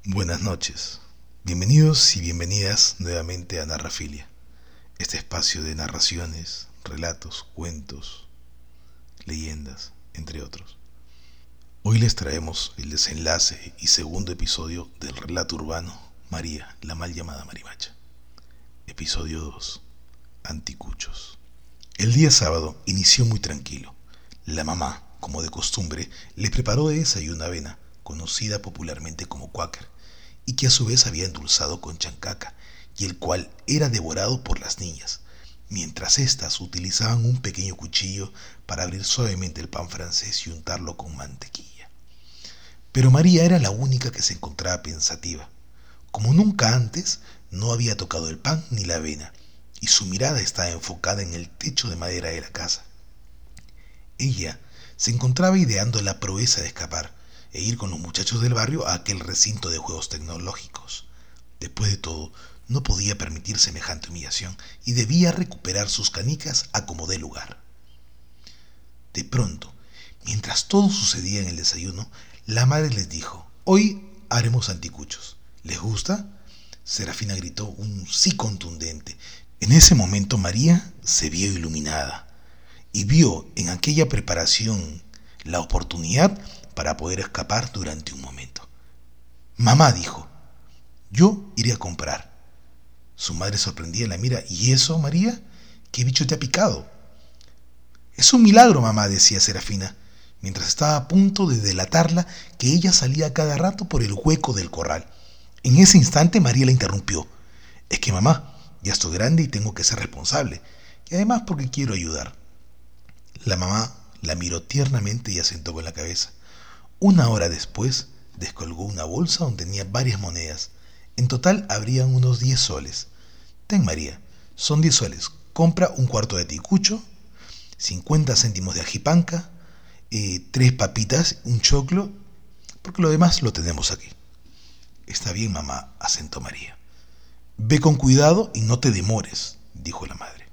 Buenas noches. Bienvenidos y bienvenidas nuevamente a Narrafilia, este espacio de narraciones, relatos, cuentos, leyendas, entre otros. Hoy les traemos el desenlace y segundo episodio del relato urbano María, la mal llamada Marimacha. Episodio 2. Anticuchos. El día sábado inició muy tranquilo. La mamá, como de costumbre, le preparó de desayuno avena, conocida popularmente como cuáquer, y que a su vez había endulzado con chancaca, y el cual era devorado por las niñas, mientras éstas utilizaban un pequeño cuchillo para abrir suavemente el pan francés y untarlo con mantequilla. Pero María era la única que se encontraba pensativa. Como nunca antes, no había tocado el pan ni la avena, y su mirada estaba enfocada en el techo de madera de la casa. Ella se encontraba ideando la proeza de escapar e ir con los muchachos del barrio a aquel recinto de juegos tecnológicos. Después de todo, no podía permitir semejante humillación y debía recuperar sus canicas a como dé lugar. De pronto, mientras todo sucedía en el desayuno, la madre les dijo: «Hoy haremos anticuchos. ¿Les gusta?». Serafina gritó un sí contundente. En ese momento María se vio iluminada y vio en aquella preparación la oportunidad para poder escapar durante un momento. «Mamá», dijo, «yo iré a comprar». Su madre sorprendida la mira. «¿Y eso, María? ¿Qué bicho te ha picado?». «Es un milagro, mamá», decía Serafina, mientras estaba a punto de delatarla, que ella salía a cada rato por el hueco del corral. En ese instante María la interrumpió. «Es que, mamá, ya estoy grande y tengo que ser responsable, y además porque quiero ayudar». La mamá la miró tiernamente y asentó con la cabeza. Una hora después, descolgó una bolsa donde tenía varias monedas. En total habrían unos 10 soles. «Ten, María, son 10 soles. Compra un cuarto de ticucho, 50 céntimos de ajipanca, 3 papitas, un choclo, porque lo demás lo tenemos aquí». «Está bien, mamá», asentó María. «Ve con cuidado y no te demores», dijo la madre.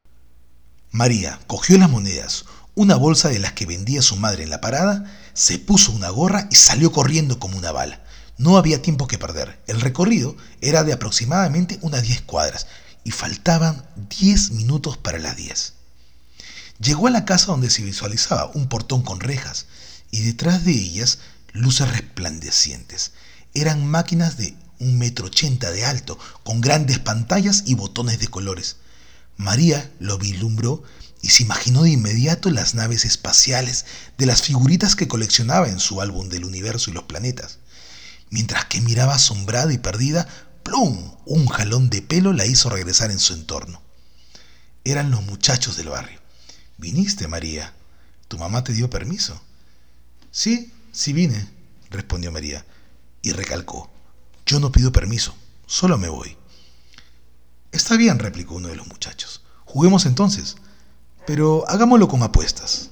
María cogió las monedas, una bolsa de las que vendía su madre en la parada, se puso una gorra y salió corriendo como una bala. No había tiempo que perder. El recorrido era de aproximadamente unas 10 cuadras y faltaban 10 minutos para las 10. Llegó a la casa donde se visualizaba un portón con rejas y detrás de ellas luces resplandecientes. Eran máquinas de 1,80 m de alto, con grandes pantallas y botones de colores. María lo vislumbró y se imaginó de inmediato las naves espaciales de las figuritas que coleccionaba en su álbum del universo y los planetas. Mientras que miraba asombrada y perdida, ¡plum!, un jalón de pelo la hizo regresar en su entorno. Eran los muchachos del barrio. «¿Viniste, María? ¿Tu mamá te dio permiso?». «Sí, sí vine», respondió María, y recalcó: «Yo no pido permiso, solo me voy». «Está bien», replicó uno de los muchachos. «Juguemos entonces, pero hagámoslo con apuestas».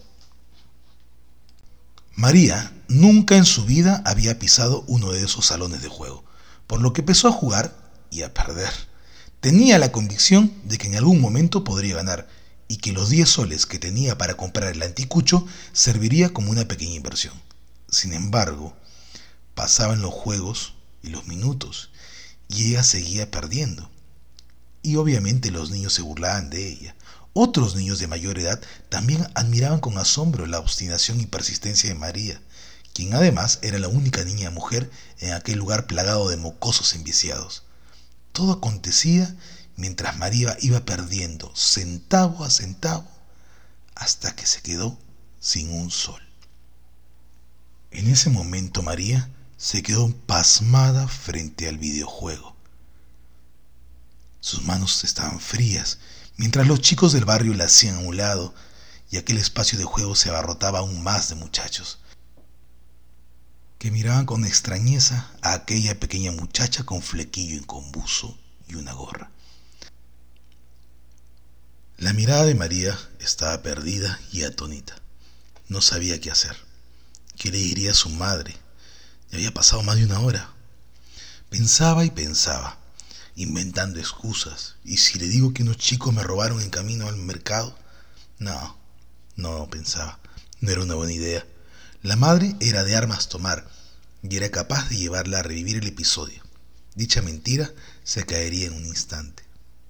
María nunca en su vida había pisado uno de esos salones de juego, por lo que empezó a jugar y a perder. Tenía la convicción de que en algún momento podría ganar y que los 10 soles que tenía para comprar el anticucho serviría como una pequeña inversión. Sin embargo, pasaban los juegos y los minutos y ella seguía perdiendo. Y obviamente los niños se burlaban de ella. Otros niños de mayor edad también admiraban con asombro la obstinación y persistencia de María, quien además era la única niña mujer en aquel lugar plagado de mocosos enviciados. Todo acontecía mientras María iba perdiendo centavo a centavo hasta que se quedó sin un sol. En ese momento María se quedó pasmada frente al videojuego. Sus manos estaban frías, mientras los chicos del barrio la hacían a un lado y aquel espacio de juego se abarrotaba aún más de muchachos que miraban con extrañeza a aquella pequeña muchacha con flequillo inconvulso y una gorra. La mirada de María estaba perdida y atónita. No sabía qué hacer. ¿Qué le diría a su madre? Ya había pasado más de una hora. Pensaba y pensaba, inventando excusas. ¿Y si le digo que unos chicos me robaron en camino al mercado? No, pensaba, no era una buena idea. La madre era de armas tomar, y era capaz de llevarla a revivir el episodio. Dicha mentira se caería en un instante.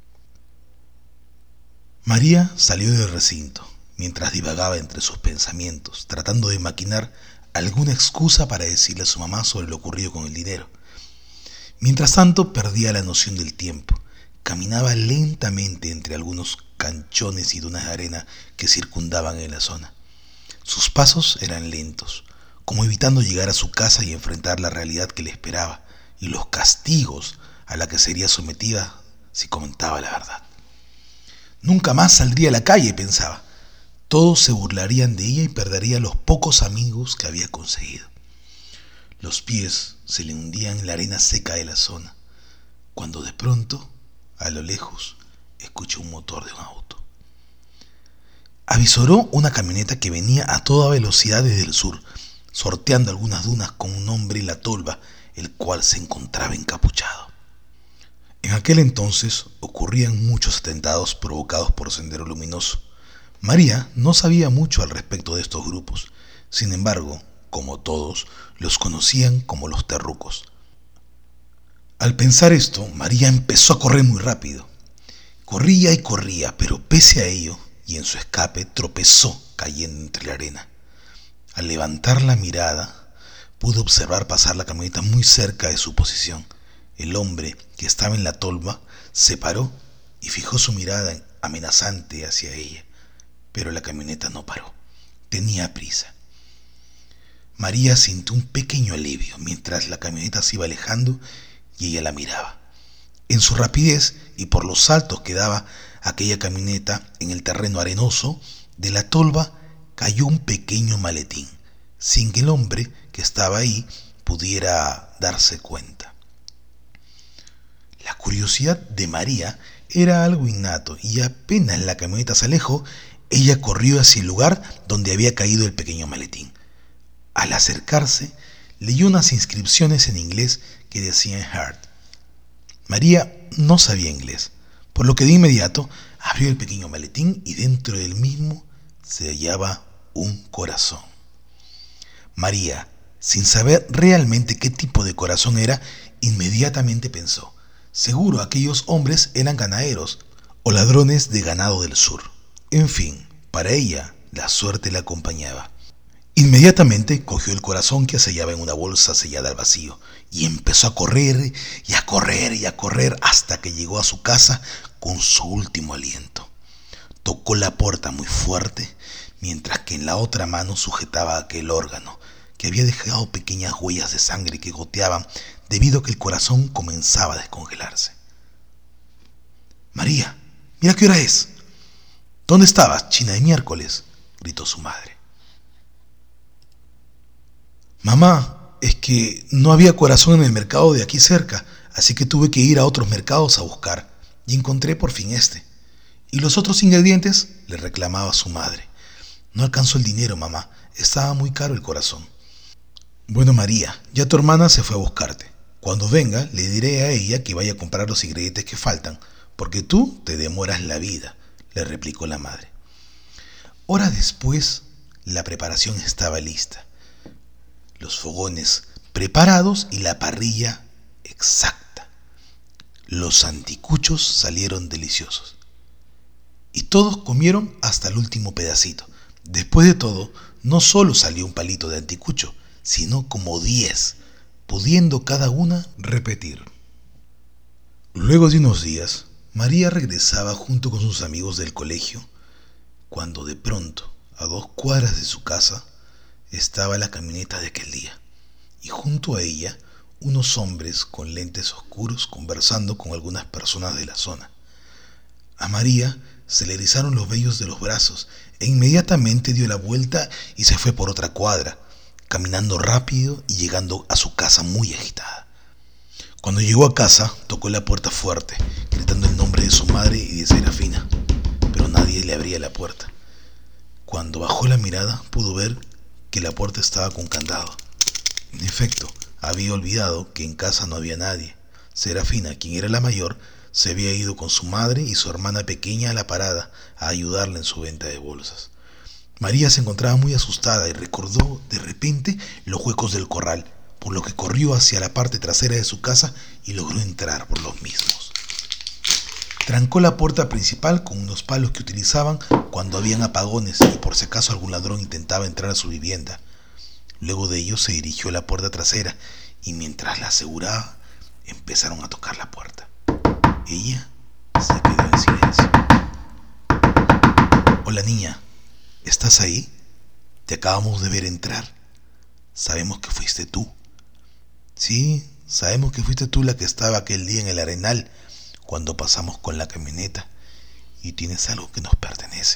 María salió del recinto, mientras divagaba entre sus pensamientos, tratando de maquinar alguna excusa para decirle a su mamá sobre lo ocurrido con el dinero. Mientras tanto, perdía la noción del tiempo. Caminaba lentamente entre algunos canchones y dunas de arena que circundaban en la zona. Sus pasos eran lentos, como evitando llegar a su casa y enfrentar la realidad que le esperaba y los castigos a la que sería sometida si comentaba la verdad. Nunca más saldría a la calle, pensaba. Todos se burlarían de ella y perdería los pocos amigos que había conseguido. Los pies se le hundían en la arena seca de la zona, cuando de pronto, a lo lejos, escuchó un motor de un auto. Avisoró una camioneta que venía a toda velocidad desde el sur, sorteando algunas dunas con un hombre en la tolva, el cual se encontraba encapuchado. En aquel entonces ocurrían muchos atentados provocados por Sendero Luminoso. María no sabía mucho al respecto de estos grupos. Sin embargo, como todos, los conocían como los terrucos. Al pensar esto, María empezó a correr muy rápido. Corría y corría, pero pese a ello, y en su escape, tropezó cayendo entre la arena. Al levantar la mirada, pudo observar pasar la camioneta muy cerca de su posición. El hombre, que estaba en la tolva, se paró y fijó su mirada amenazante hacia ella. Pero la camioneta no paró. Tenía prisa. María sintió un pequeño alivio mientras la camioneta se iba alejando y ella la miraba. En su rapidez y por los saltos que daba aquella camioneta en el terreno arenoso, de la tolva cayó un pequeño maletín, sin que el hombre que estaba ahí pudiera darse cuenta. La curiosidad de María era algo innato y apenas la camioneta se alejó, ella corrió hacia el lugar donde había caído el pequeño maletín. Al acercarse, leyó unas inscripciones en inglés que decían Heart. María no sabía inglés, por lo que de inmediato abrió el pequeño maletín y dentro del mismo se hallaba un corazón. María, sin saber realmente qué tipo de corazón era, inmediatamente pensó: seguro aquellos hombres eran ganaderos o ladrones de ganado del sur. En fin, para ella la suerte la acompañaba. Inmediatamente cogió el corazón que se hallaba en una bolsa sellada al vacío y empezó a correr y a correr y a correr hasta que llegó a su casa con su último aliento. Tocó la puerta muy fuerte mientras que en la otra mano sujetaba aquel órgano que había dejado pequeñas huellas de sangre que goteaban debido a que el corazón comenzaba a descongelarse. «María, mira qué hora es». «¿Dónde estabas, china de miércoles?», gritó su madre. «Mamá, es que no había corazón en el mercado de aquí cerca, así que tuve que ir a otros mercados a buscar, y encontré por fin este. ¿Y los otros ingredientes?», le reclamaba su madre. «No alcanzó el dinero, mamá, estaba muy caro el corazón». «Bueno, María, ya tu hermana se fue a buscarte. Cuando venga, le diré a ella que vaya a comprar los ingredientes que faltan, porque tú te demoras la vida», le replicó la madre. Horas después, la preparación estaba lista. Los fogones preparados y la parrilla exacta. Los anticuchos salieron deliciosos. Y todos comieron hasta el último pedacito. Después de todo, no solo salió un palito de anticucho, sino como 10, pudiendo cada una repetir. Luego de unos días, María regresaba junto con sus amigos del colegio, cuando de pronto, a 2 cuadras de su casa, estaba la camioneta de aquel día, y junto a ella, unos hombres con lentes oscuros conversando con algunas personas de la zona. A María se le erizaron los vellos de los brazos e inmediatamente dio la vuelta y se fue por otra cuadra, caminando rápido y llegando a su casa muy agitada. Cuando llegó a casa, tocó la puerta fuerte, gritando el nombre de su madre y de Serafina, pero nadie le abría la puerta. Cuando bajó la mirada, pudo ver que la puerta estaba con candado. En efecto, había olvidado que en casa no había nadie. Serafina, quien era la mayor, se había ido con su madre y su hermana pequeña a la parada a ayudarle en su venta de bolsas. María se encontraba muy asustada y recordó de repente los huecos del corral, por lo que corrió hacia la parte trasera de su casa y logró entrar por los mismos. Trancó la puerta principal con unos palos que utilizaban cuando habían apagones y por si acaso algún ladrón intentaba entrar a su vivienda. Luego de ello se dirigió a la puerta trasera y mientras la aseguraba, empezaron a tocar la puerta. Ella se quedó en silencio. Hola niña, ¿estás ahí? Te acabamos de ver entrar. Sabemos que fuiste tú. Sí, sabemos que fuiste tú la que estaba aquel día en el Arenal cuando pasamos con la camioneta y tienes algo que nos pertenece.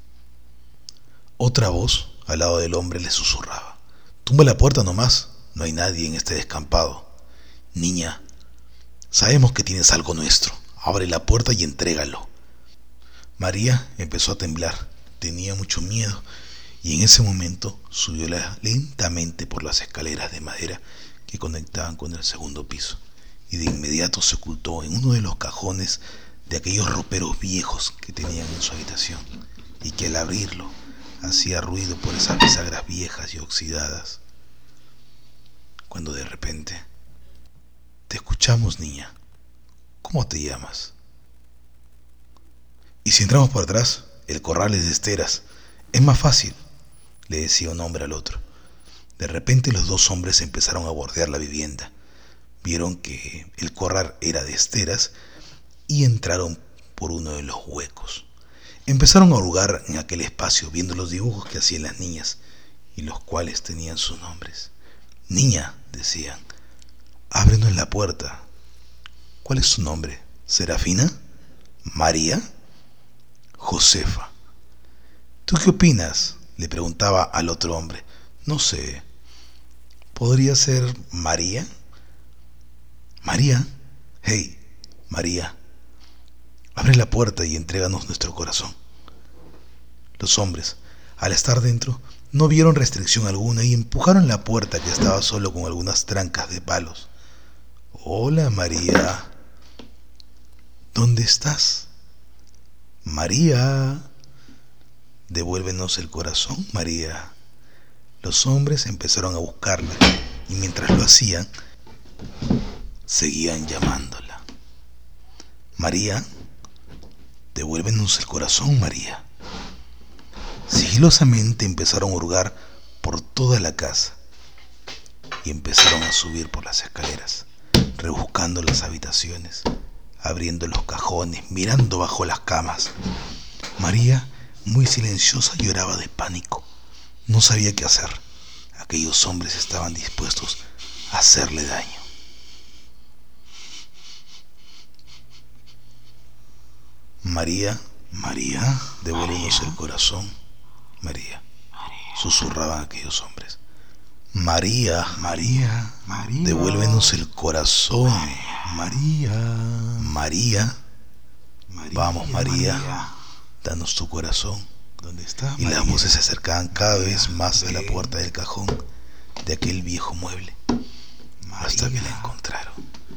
Otra voz al lado del hombre le susurraba. Tumba la puerta nomás, no hay nadie en este descampado. Niña, sabemos que tienes algo nuestro, abre la puerta y entrégalo. María empezó a temblar, tenía mucho miedo y en ese momento subió lentamente por las escaleras de madera que conectaban con el segundo piso y de inmediato se ocultó en uno de los cajones de aquellos roperos viejos que tenían en su habitación y que al abrirlo hacía ruido por esas bisagras viejas y oxidadas. Cuando de repente: te escuchamos, niña. ¿Cómo te llamas? ¿Y si entramos por atrás? El corral es de esteras. Es más fácil, le decía un hombre al otro. De repente los dos hombres empezaron a bordear la vivienda. Vieron que el corral era de esteras y entraron por uno de los huecos. Empezaron a hurgar en aquel espacio viendo los dibujos que hacían las niñas y los cuales tenían sus nombres. Niña, decían, ábrenos la puerta. ¿Cuál es su nombre? ¿Serafina? ¿María? Josefa. ¿Tú qué opinas? Le preguntaba al otro hombre. No sé. ¿Podría ser María? ¿María? Hey, María, abre la puerta y entréganos nuestro corazón. Los hombres, al estar dentro, no vieron restricción alguna y empujaron la puerta que estaba solo con algunas trancas de palos. Hola, María. ¿Dónde estás? María. Devuélvenos el corazón, María. Los hombres empezaron a buscarla y mientras lo hacían, seguían llamándola. María, devuélvenos el corazón, María. Sigilosamente empezaron a hurgar por toda la casa y empezaron a subir por las escaleras, rebuscando las habitaciones, abriendo los cajones, mirando bajo las camas. María, muy silenciosa, lloraba de pánico. No sabía qué hacer. Aquellos hombres estaban dispuestos a hacerle daño. María, María, devuélvenos el corazón, María, susurraban aquellos hombres. María, María, devuélvenos el corazón, María, María, vamos, María, danos tu corazón. ¿Dónde está? Y las voces se acercaban cada vez más a la puerta del cajón de aquel viejo mueble, hasta que la encontraron.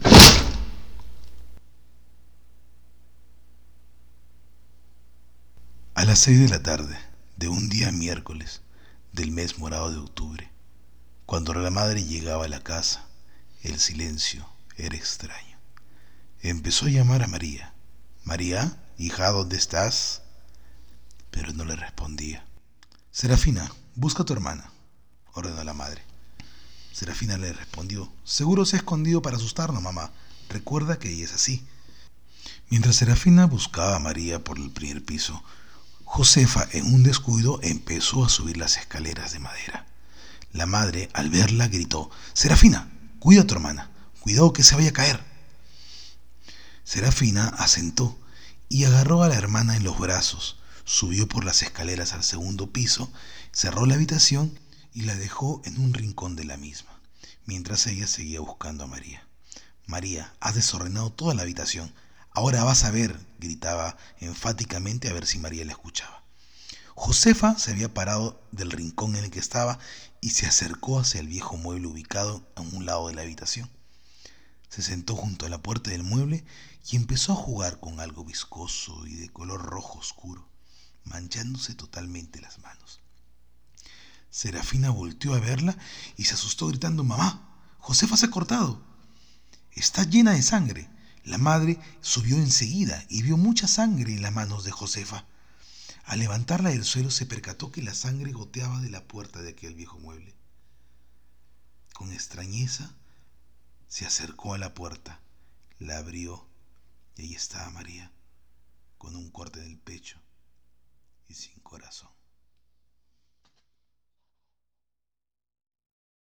A las 6 de la tarde de un día miércoles del mes morado de octubre, cuando la madre llegaba a la casa, el silencio era extraño. Empezó a llamar a María. María, hija, ¿dónde estás? Pero no le respondía. Serafina, busca a tu hermana, ordenó la madre. Serafina le respondió, seguro se ha escondido para asustarnos, mamá. Recuerda que ella es así. Mientras Serafina buscaba a María por el primer piso, Josefa, en un descuido, empezó a subir las escaleras de madera. La madre, al verla, gritó, Serafina, cuida a tu hermana, cuidado que se vaya a caer. Serafina asentó y agarró a la hermana en los brazos, subió por las escaleras al segundo piso, cerró la habitación y la dejó en un rincón de la misma, mientras ella seguía buscando a María. María, has desordenado toda la habitación. Ahora vas a ver, gritaba enfáticamente a ver si María la escuchaba. Josefa se había parado del rincón en el que estaba y se acercó hacia el viejo mueble ubicado a un lado de la habitación. Se sentó junto a la puerta del mueble y empezó a jugar con algo viscoso y de color rojo oscuro, manchándose totalmente las manos. Serafina volteó a verla y se asustó gritando, «¡Mamá! Josefa se ha cortado. Está llena de sangre. La madre subió enseguida y vio mucha sangre en las manos de Josefa. Al levantarla del suelo se percató que la sangre goteaba de la puerta de aquel viejo mueble. Con extrañeza se acercó a la puerta, la abrió y ahí estaba María, con un corte en el pecho y sin corazón.